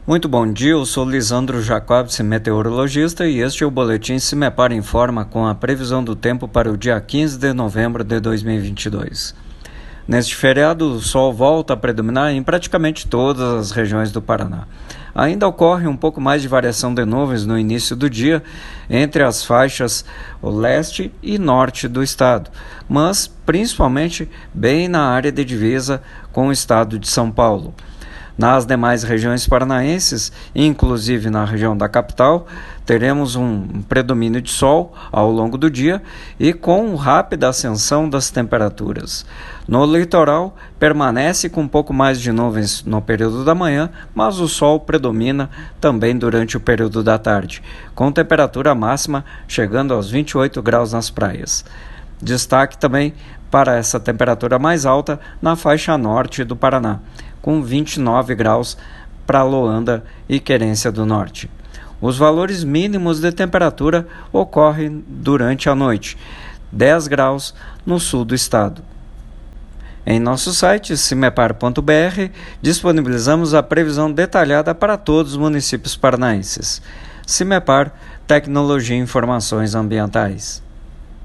Muito bom dia, eu sou Lisandro Jacobs, meteorologista, e este é o Boletim Cimepar Informa com a previsão do tempo para o dia 15 de novembro de 2022. Neste feriado, o sol volta a predominar em praticamente todas as regiões do Paraná. Ainda ocorre um pouco mais de variação de nuvens no início do dia entre as faixas leste e norte do estado, mas principalmente bem na área de divisa com o estado de São Paulo. Nas demais regiões paranaenses, inclusive na região da capital, teremos um predomínio de sol ao longo do dia e com rápida ascensão das temperaturas. No litoral, permanece com um pouco mais de nuvens no período da manhã, mas o sol predomina também durante o período da tarde, com temperatura máxima chegando aos 28 graus nas praias. Destaque também para essa temperatura mais alta na faixa norte do Paraná, com 29 graus para Loanda e Querência do Norte. Os valores mínimos de temperatura ocorrem durante a noite, 10 graus no sul do estado. Em nosso site, cimepar.br, disponibilizamos a previsão detalhada para todos os municípios paranaenses. Cimepar, Tecnologia e Informações Ambientais.